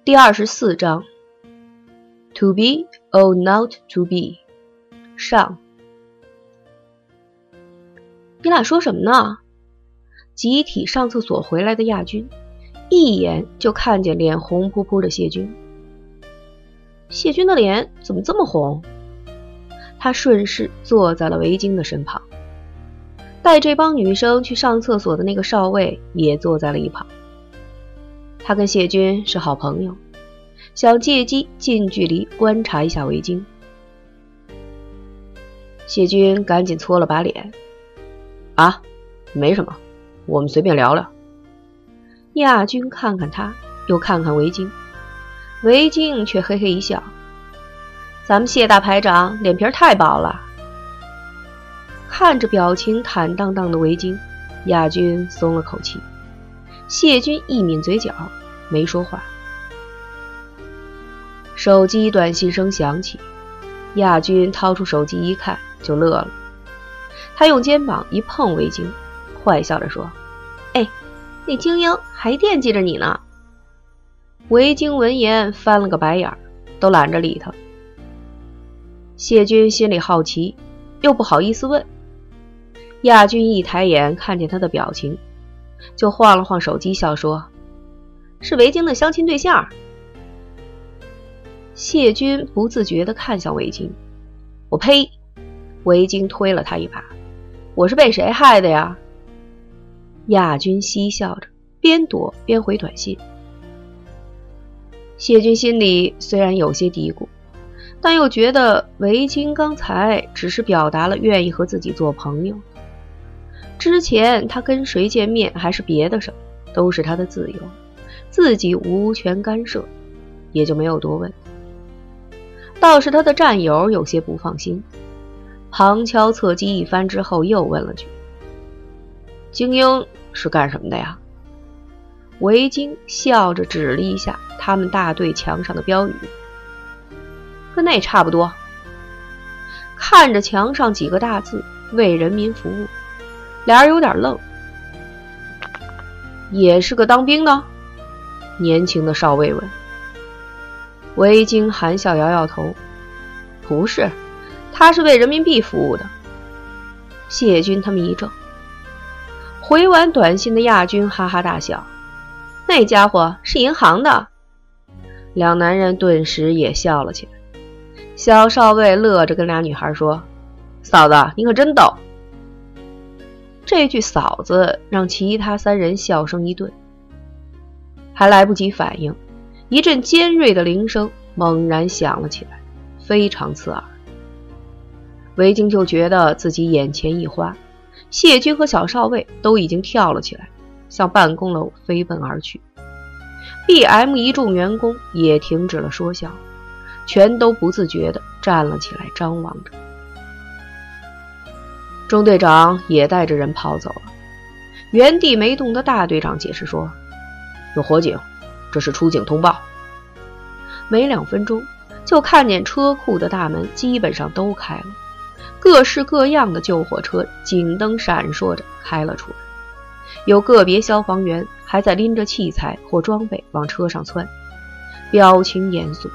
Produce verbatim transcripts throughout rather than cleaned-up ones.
第二十四章 To be or not to be 上。你俩说什么呢？集体上厕所回来的亚军一眼就看见脸红扑扑的谢军。谢军的脸怎么这么红？他顺势坐在了维京的身旁，带这帮女生去上厕所的那个少尉也坐在了一旁。他跟谢军是好朋友，想借机近距离观察一下维京。谢军赶紧搓了把脸，啊，没什么，我们随便聊聊。亚军看看他，又看看维京，维京却嘿嘿一笑，咱们谢大排长脸皮太薄了。看着表情坦荡荡的维京，亚军松了口气。谢军一抿嘴角，没说话。手机短信声响起，亚军掏出手机一看就乐了。他用肩膀一碰维京，坏笑着说，哎，那精英还惦记着你呢。维京闻言翻了个白眼，都懒着理他。谢军心里好奇，又不好意思问。亚军一抬眼看见他的表情，就晃了晃手机笑说，是维京的相亲对象。谢军不自觉地看向维京，我呸！维京推了他一把，我是被谁害的呀？亚军嬉笑着，边躲边回短信。谢军心里虽然有些嘀咕，但又觉得维京刚才只是表达了愿意和自己做朋友。之前他跟谁见面还是别的什么，都是他的自由，自己无权干涉，也就没有多问。倒是他的战友有些不放心，旁敲侧击一番之后又问了句，精英是干什么的呀？维京笑着指了一下他们大队墙上的标语，跟那差不多。看着墙上几个大字，为人民服务，俩人有点愣。也是个当兵的？年轻的少尉问。维京含笑摇摇头，不是，他是为人民币服务的。谢军他们一怔。回完短信的亚军哈哈大笑，那家伙是银行的。两男人顿时也笑了起来。小少尉乐着跟俩女孩说，嫂子你可真逗。这句嫂子让其他三人笑声一顿，还来不及反应，一阵尖锐的铃声猛然响了起来，非常刺耳。维京就觉得自己眼前一花，谢军和小少尉都已经跳了起来，向办公楼飞奔而去。B M 一众员工也停止了说笑，全都不自觉地站了起来，张望着。中队长也带着人跑走了。原地没动的大队长解释说，有火警，这是出警通报。没两分钟就看见车库的大门基本上都开了，各式各样的救火车警灯闪烁着开了出来，有个别消防员还在拎着器材或装备往车上窜，表情严肃。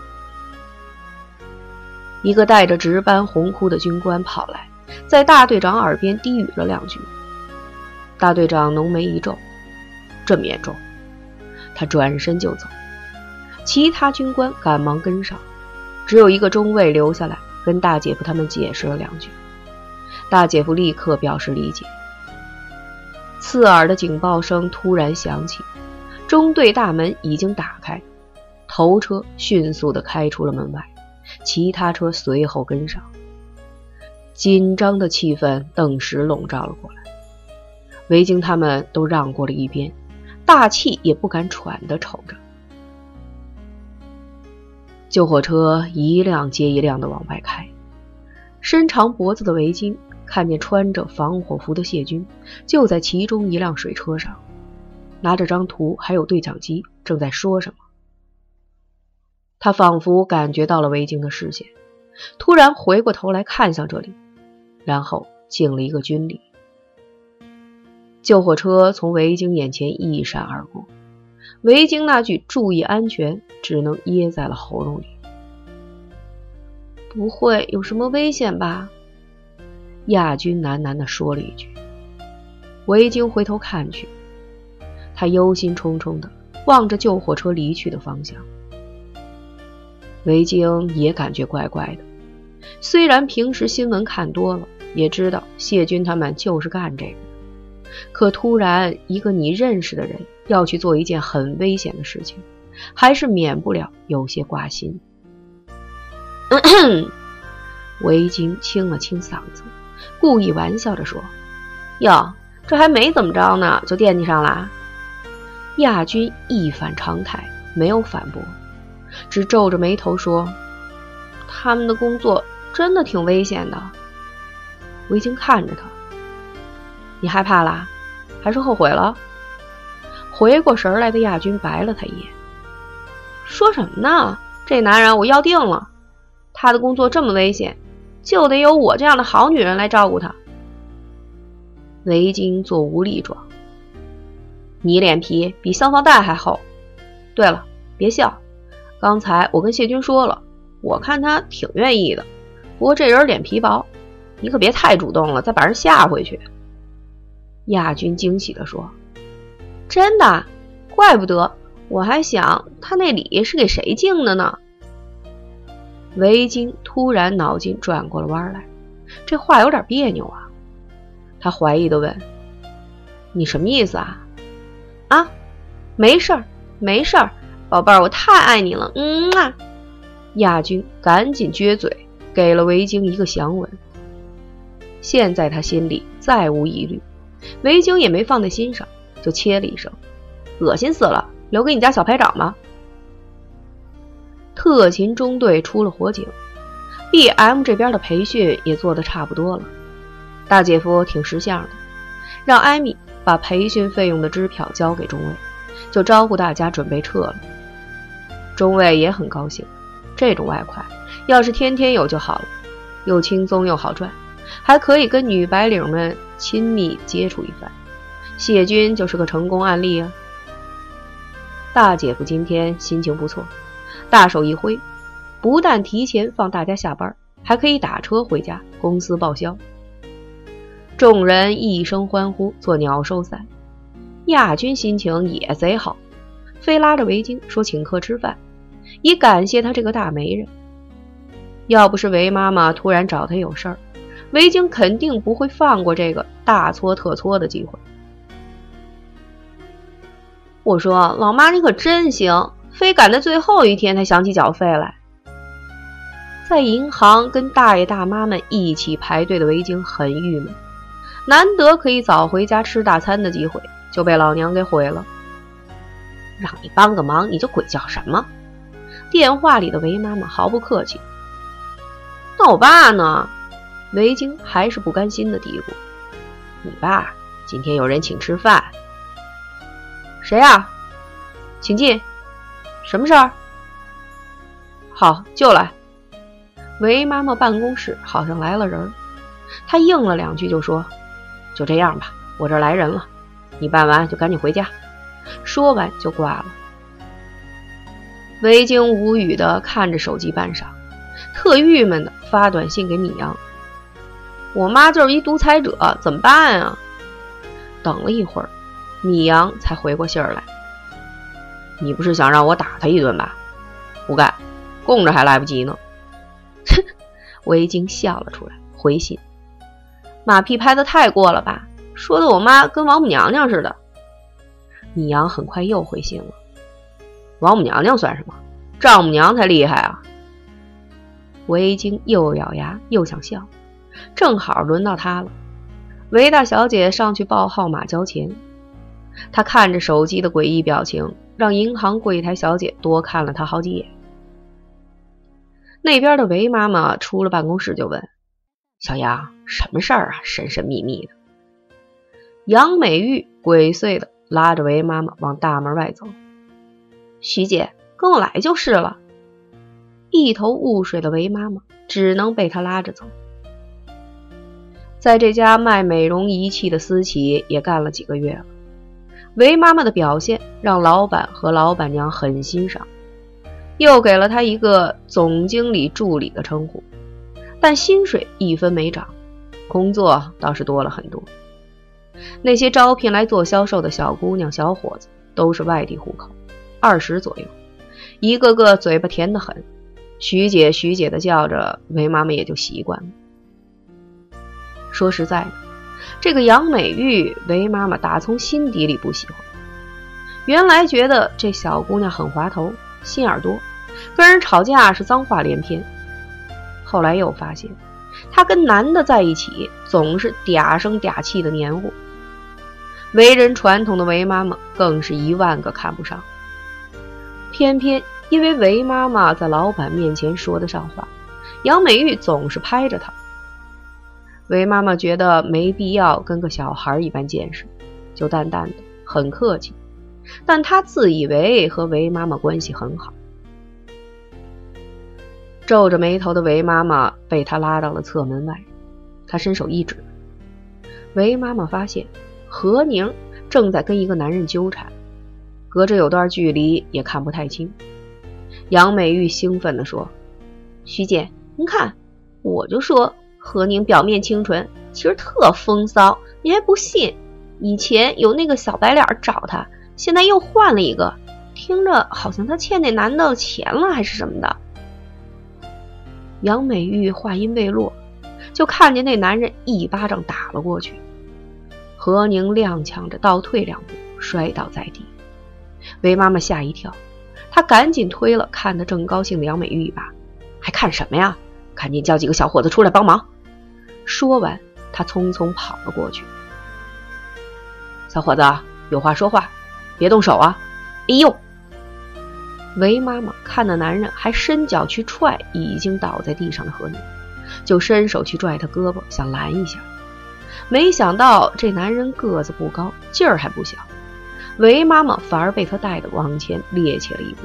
一个带着值班红箍的军官跑来，在大队长耳边低语了两句。大队长浓眉一皱，这么严重？他转身就走，其他军官赶忙跟上，只有一个中尉留下来跟大姐夫他们解释了两句。大姐夫立刻表示理解。刺耳的警报声突然响起，中队大门已经打开，头车迅速地开出了门外，其他车随后跟上。紧张的气氛顿时笼罩了过来，维京他们都让过了一边，大气也不敢喘地瞅着。救火车一辆接一辆地往外开，伸长脖子的维京看见穿着防火服的谢军就在其中一辆水车上，拿着张图还有对讲机，正在说什么。他仿佛感觉到了维京的视线，突然回过头来看向这里，然后敬了一个军礼。救火车从维京眼前一闪而过， 维京那句注意安全只能噎在了喉咙里。不会有什么危险吧？亚军喃喃地说了一句。维京回头看去，他忧心忡忡地望着救火车离去的方向。维京也感觉怪怪的，虽然平时新闻看多了，也知道谢军他们就是干这个的，可突然一个你认识的人要去做一件很危险的事情，还是免不了有些挂心。咳咳，维京清了清嗓子，故意玩笑着说：哟，这还没怎么着呢，就惦记上了。亚军一反常态，没有反驳，只皱着眉头说：他们的工作真的挺危险的。维京看着他：你害怕啦？还是后悔了？回过神来的亚军白了他一眼：说什么呢？这男人我要定了，他的工作这么危险，就得有我这样的好女人来照顾他。维京做无力状：你脸皮比香皂袋还厚。对了，别笑，刚才我跟谢军说了，我看他挺愿意的，不过这人脸皮薄，你可别太主动了，再把人吓回去。亚军惊喜地说：真的？怪不得，我还想他那礼是给谁敬的呢。维京突然脑筋转过了弯来，这话有点别扭啊。他怀疑地问：你什么意思啊？啊，没事儿没事儿，宝贝儿，我太爱你了，嗯啊。亚军赶紧撅嘴，给了维京一个响吻。现在他心里再无疑虑，维京也没放在心上，就切了一声：恶心死了，留给你家小排长吧。特勤中队出了火警， B M 这边的培训也做得差不多了。大姐夫挺识相的，让艾米把培训费用的支票交给中尉，就招呼大家准备撤了。中尉也很高兴，这种外快要是天天有就好了，又轻松又好赚，还可以跟女白领们亲密接触一番。谢军就是个成功案例啊。大姐夫今天心情不错，大手一挥，不但提前放大家下班，还可以打车回家，公司报销。众人一声欢呼，做鸟兽散。亚军心情也贼好，非拉着维京说请客吃饭，以感谢他这个大媒人。要不是维妈妈突然找他有事儿，维京肯定不会放过这个大搓特搓的机会。我说老妈你可真行，非赶在最后一天才想起缴费来。在银行跟大爷大妈们一起排队的维京很郁闷，难得可以早回家吃大餐的机会就被老娘给毁了。让你帮个忙你就鬼叫什么？电话里的维妈妈毫不客气。那我爸呢？维京还是不甘心的嘀咕。你爸今天有人请吃饭。谁啊？请进。什么事儿？好，就来。维妈妈办公室好像来了人，她应了两句就说：就这样吧，我这儿来人了，你办完就赶紧回家。说完就挂了。维京无语地看着手机半晌，特郁闷地发短信给米阳：我妈就是一独裁者，怎么办啊？等了一会儿，米阳才回过信儿来：你不是想让我打他一顿吧？不干，供着还来不及呢。维京笑了出来，回信：马屁拍得太过了吧，说的我妈跟王母娘娘似的。米阳很快又回信了：王母娘娘算什么，丈母娘才厉害啊。维京又咬牙又想笑，正好轮到他了。维大小姐上去报号码交钱，她看着手机的诡异表情，让银行柜台小姐多看了她好几眼。那边的维妈妈出了办公室就问：小杨，什么事儿啊，神神秘秘的。杨美玉鬼祟的拉着维妈妈往大门外走：徐姐，跟我来就是了。一头雾水的维妈妈只能被她拉着走。在这家卖美容仪器的私企也干了几个月了， 韦妈妈的表现让老板和老板娘很欣赏，又给了她一个总经理助理的称呼，但薪水一分没涨，工作倒是多了很多。那些招聘来做销售的小姑娘小伙子都是外地户口，二十左右，一个个嘴巴甜得很，徐姐徐姐的叫着，韦妈妈也就习惯了。说实在的，这个杨美玉韦妈妈打从心底里不喜欢。原来觉得这小姑娘很滑头，心眼多，跟人吵架是脏话连篇。后来又发现她跟男的在一起总是嗲声嗲气的黏糊，为人传统的韦妈妈更是一万个看不上。偏偏因为韦妈妈在老板面前说得上话，杨美玉总是拍着她。韦妈妈觉得没必要跟个小孩一般见识，就淡淡的很客气，但她自以为和韦妈妈关系很好。皱着眉头的韦妈妈被她拉到了侧门外，她伸手一指，韦妈妈发现何宁正在跟一个男人纠缠，隔着有段距离也看不太清。杨美玉兴奋地说：徐姐，您看，我就说何宁表面清纯，其实特风骚，你还不信？以前有那个小白脸找他，现在又换了一个，听着好像他欠那男的钱了还是什么的。杨美玉话音未落，就看见那男人一巴掌打了过去，何宁踉跄着倒退两步，摔倒在地。韦妈妈吓一跳，她赶紧推了看得正高兴的杨美玉一把：还看什么呀？赶紧叫几个小伙子出来帮忙。说完，她匆匆跑了过去。小伙子，有话说话，别动手啊！哎呦！韦妈妈看那男人还伸脚去踹已经倒在地上的何宁，就伸手去拽他胳膊想拦一下，没想到这男人个子不高，劲儿还不小，韦妈妈反而被他带得往前趔趄了一步。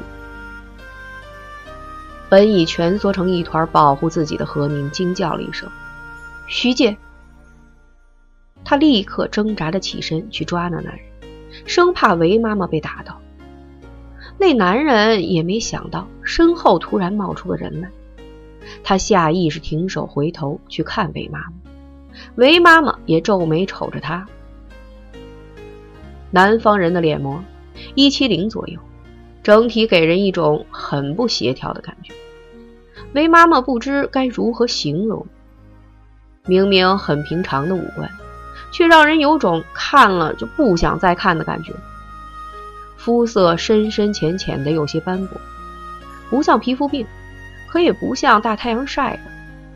本已蜷缩成一团保护自己的何宁惊叫了一声：徐姐！他立刻挣扎着起身去抓那男人，生怕韦妈妈被打到。那男人也没想到身后突然冒出个人来，他下意识停手回头去看韦妈妈，韦妈妈也皱眉瞅着他。南方人的脸模一七零左右，整体给人一种很不协调的感觉。韦妈妈不知该如何形容，明明很平常的五官，却让人有种看了就不想再看的感觉。肤色深深浅浅的，有些斑驳，不像皮肤病，可也不像大太阳晒的。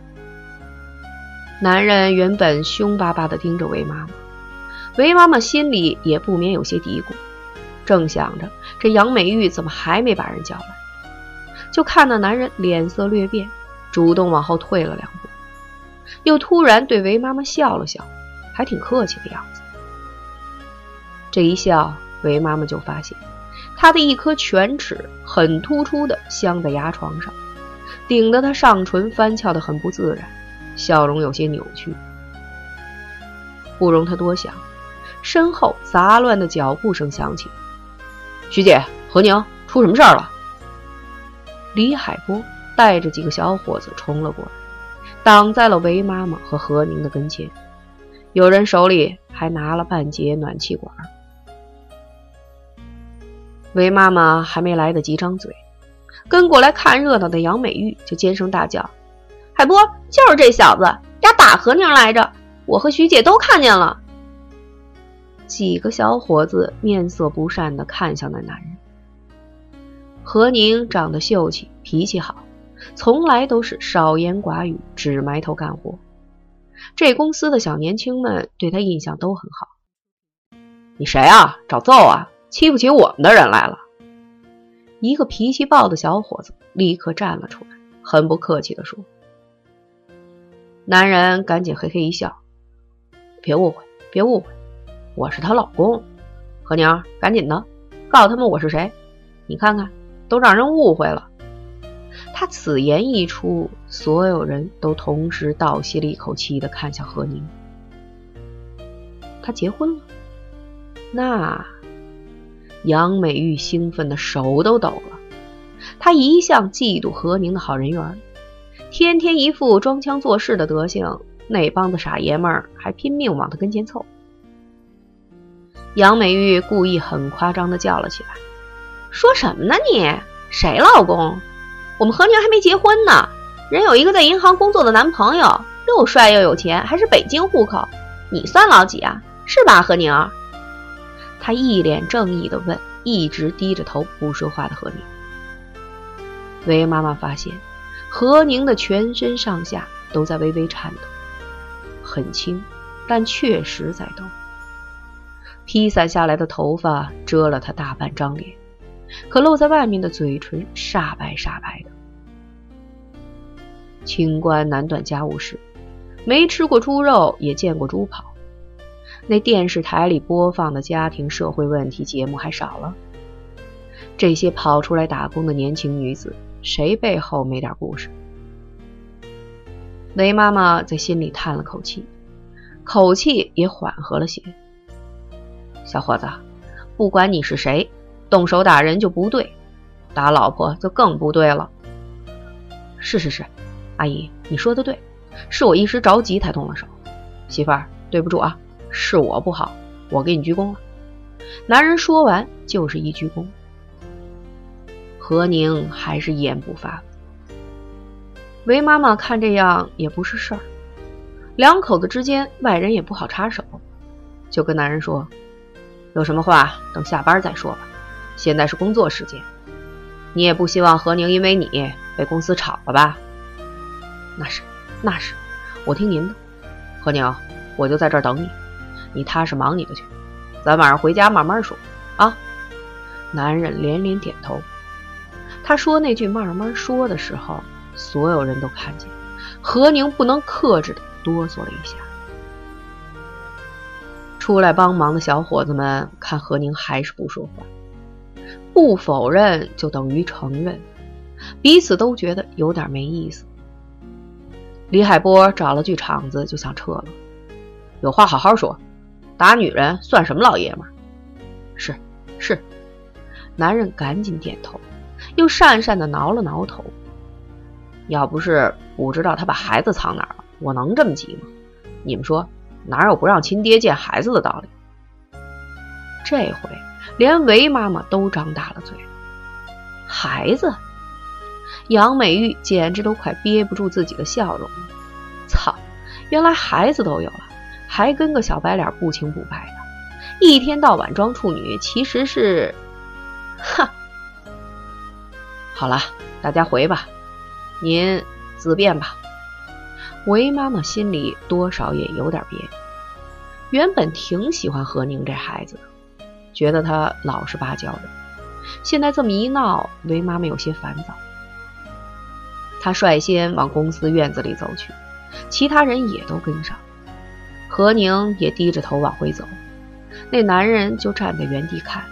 男人原本凶巴巴地盯着韦妈妈，韦妈妈心里也不免有些嘀咕，正想着这杨美玉怎么还没把人叫来，就看那男人脸色略变，主动往后退了两步，又突然对韦妈妈笑了笑，还挺客气的样子。这一笑，韦妈妈就发现她的一颗犬齿很突出的镶在牙床上，顶得她上唇翻翘得很不自然，笑容有些扭曲。不容她多想，身后杂乱的脚步声响起：徐姐，何宁，出什么事儿了？李海波带着几个小伙子冲了过来，挡在了韦妈妈和何宁的跟前，有人手里还拿了半截暖气管。韦妈妈还没来得及张嘴，跟过来看热闹的杨美玉就尖声大叫：海波，就是这小子，呀打何宁来着，我和徐姐都看见了。几个小伙子面色不善地看向那男人。何宁长得秀气，脾气好，从来都是少言寡语，只埋头干活。这公司的小年轻们对他印象都很好。你谁啊？找揍啊？欺负起我们的人来了。一个脾气暴的小伙子立刻站了出来，很不客气地说。男人赶紧嘿嘿一笑：别误会，别误会，我是她老公。何宁，赶紧的，告诉他们我是谁。你看看，都让人误会了。他此言一出，所有人都同时倒吸了一口气地看向何宁。他结婚了，那杨美玉兴奋的手都抖了。她一向嫉妒何宁的好人缘，天天一副装腔作势的德行，那帮子傻爷们儿还拼命往她跟前凑。杨美玉故意很夸张的叫了起来：“说什么呢你？谁老公？我们何宁还没结婚呢，人有一个在银行工作的男朋友，又帅又有钱，还是北京户口，你算老几啊？是吧，何宁？”他一脸正义地问一直低着头不说话的何宁。韦妈妈发现何宁的全身上下都在微微颤抖，很轻，但确实在抖。披散下来的头发遮了他大半张脸，可露在外面的嘴唇煞白煞白的。清官难断家务事，没吃过猪肉也见过猪跑。那电视台里播放的家庭社会问题节目还少了，这些跑出来打工的年轻女子，谁背后没点故事？韦妈妈在心里叹了口气，口气也缓和了些。小伙子，不管你是谁，动手打人就不对，打老婆就更不对了。是是是，阿姨，你说的对，是我一时着急才动了手。媳妇儿，对不住啊，是我不好，我给你鞠躬了。男人说完就是一鞠躬。何宁还是一言不发。韦妈妈看这样也不是事儿，两口子之间外人也不好插手，就跟男人说：“有什么话等下班再说吧，现在是工作时间。你也不希望何宁因为你被公司炒了吧？”“那是，那是，我听您的。何宁，我就在这儿等你，你踏实忙你的去，咱晚上回家慢慢说啊。”男人连连点头。他说那句慢慢说的时候，所有人都看见何宁不能克制的哆嗦了一下。出来帮忙的小伙子们看何宁还是不说话，不否认就等于承认，彼此都觉得有点没意思。李海波找了句场子就想撤了：“有话好好说，打女人算什么老爷们儿？”“是是。”男人赶紧点头，又讪讪地挠了挠头。要不是不知道他把孩子藏哪儿了，我能这么急吗？你们说哪有不让亲爹见孩子的道理？这回连韦妈妈都张大了嘴。孩子？杨美玉简直都快憋不住自己的笑容了。操，原来孩子都有了，还跟个小白脸不清不白的，一天到晚装处女，其实是……哈！好了，大家回吧，您自便吧。韦妈妈心里多少也有点别扭，原本挺喜欢何宁这孩子的，觉得他老实巴交的，现在这么一闹，韦妈妈有些烦躁。她率先往公司院子里走去，其他人也都跟上。何宁也低着头往回走，那男人就站在原地看。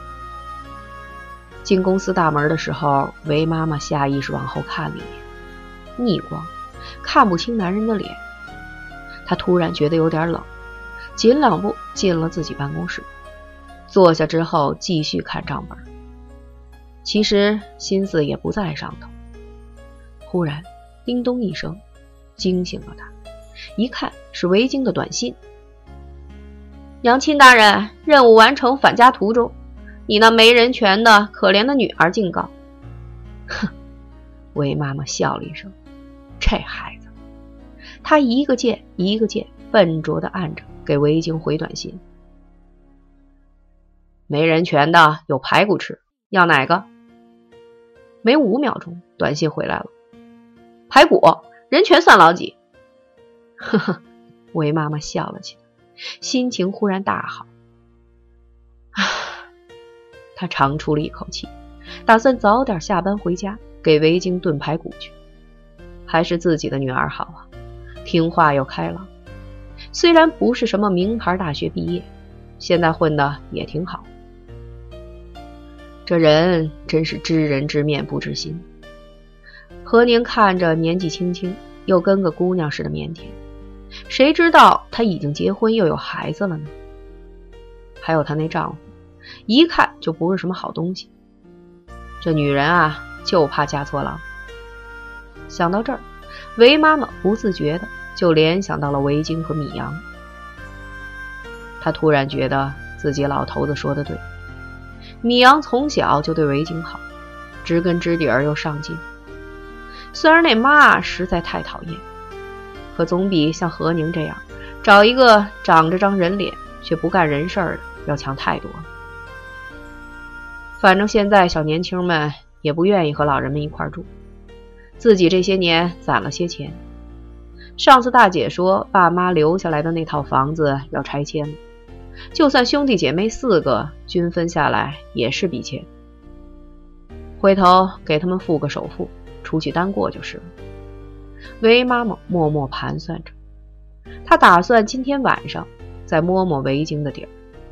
进公司大门的时候，韦妈妈下意识往后看了一眼，逆光看不清男人的脸。她突然觉得有点冷，紧两步进了自己办公室，坐下之后继续看账本。其实心思也不在上头。忽然叮咚一声惊醒了他，一看是韦京的短信：“娘亲大人，任务完成，返家途中，你那没人权的可怜的女儿敬告。”哼，韦妈妈笑了一声，这孩子。她一个键一个键笨拙地按着给韦京回短信：“没人权的有排骨吃，要哪个？”没五秒钟，短信回来了：“排骨，人权算老几？”呵呵，韦妈妈笑了起来，心情忽然大好。啊，她长出了一口气，打算早点下班回家，给韦京炖排骨去。还是自己的女儿好啊，听话又开朗。虽然不是什么名牌大学毕业，现在混得也挺好。这人真是知人知面不知心。何宁看着年纪轻轻，又跟个姑娘似的腼腆，谁知道她已经结婚又有孩子了呢？还有她那丈夫， 一看就不是什么好东西。这女人啊，就怕嫁错郎。想到这儿，韦妈妈不自觉的就联想到了韦京和米阳。她突然觉得自己老头子说的对，米阳从小就对韦京好，知根知底儿又上进。虽然那妈实在太讨厌，可总比像何宁这样找一个长着张人脸却不干人事儿的要强太多了。反正现在小年轻们也不愿意和老人们一块住，自己这些年攒了些钱。上次大姐说爸妈留下来的那套房子要拆迁了，就算兄弟姐妹四个均分下来也是笔钱，回头给他们付个首付，出去单过就是了。韦妈妈默默盘算着，她打算今天晚上再摸摸韦京的底儿。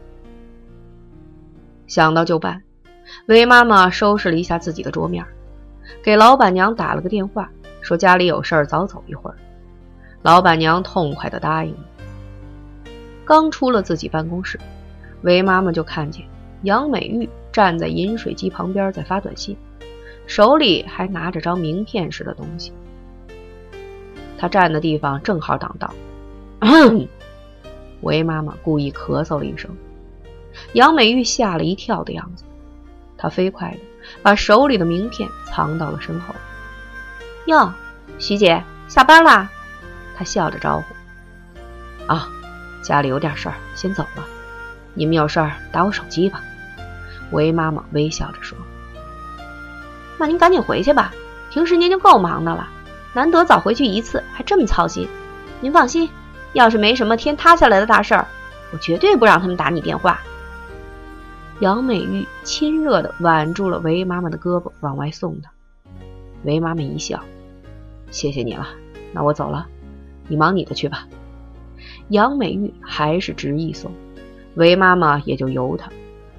想到就办，韦妈妈收拾了一下自己的桌面，给老板娘打了个电话，说家里有事儿早走一会儿。老板娘痛快地答应了。刚出了自己办公室，韦妈妈就看见杨美玉站在饮水机旁边在发短信，手里还拿着张名片似的东西。她站的地方正好挡道。韦妈妈故意咳嗽了一声，杨美玉吓了一跳的样子。她飞快地把手里的名片藏到了身后。哟，徐姐下班啦？她笑着招呼。啊，家里有点事儿，先走了。你们有事儿打我手机吧。韦妈妈微笑着说。那您赶紧回去吧，平时您就够忙的了，难得早回去一次，还这么操心。您放心，要是没什么天塌下来的大事儿，我绝对不让他们打你电话。杨美玉亲热地挽住了韦妈妈的胳膊往外送她。韦妈妈一笑，谢谢你了，那我走了，你忙你的去吧。杨美玉还是执意送，韦妈妈也就由她。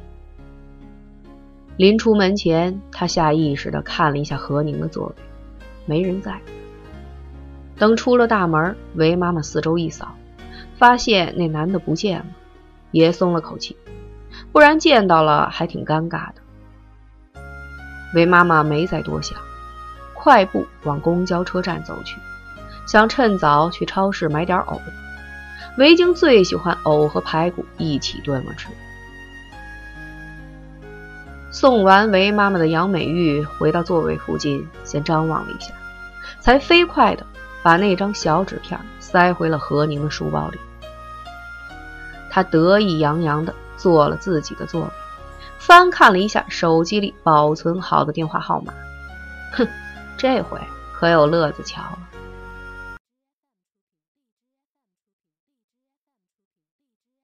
临出门前，她下意识地看了一下何宁的座位，没人在。等出了大门，韦妈妈四周一扫，发现那男的不见了，也松了口气，不然见到了还挺尴尬的。韦妈妈没再多想，快步往公交车站走去，想趁早去超市买点藕。韦京最喜欢藕和排骨一起炖了吃。送完韦妈妈的杨美玉回到座位附近，先张望了一下，才飞快地把那张小纸片塞回了何宁的书包里。他得意洋洋地坐了自己的座位，翻看了一下手机里保存好的电话号码。哼，这回可有乐子瞧了。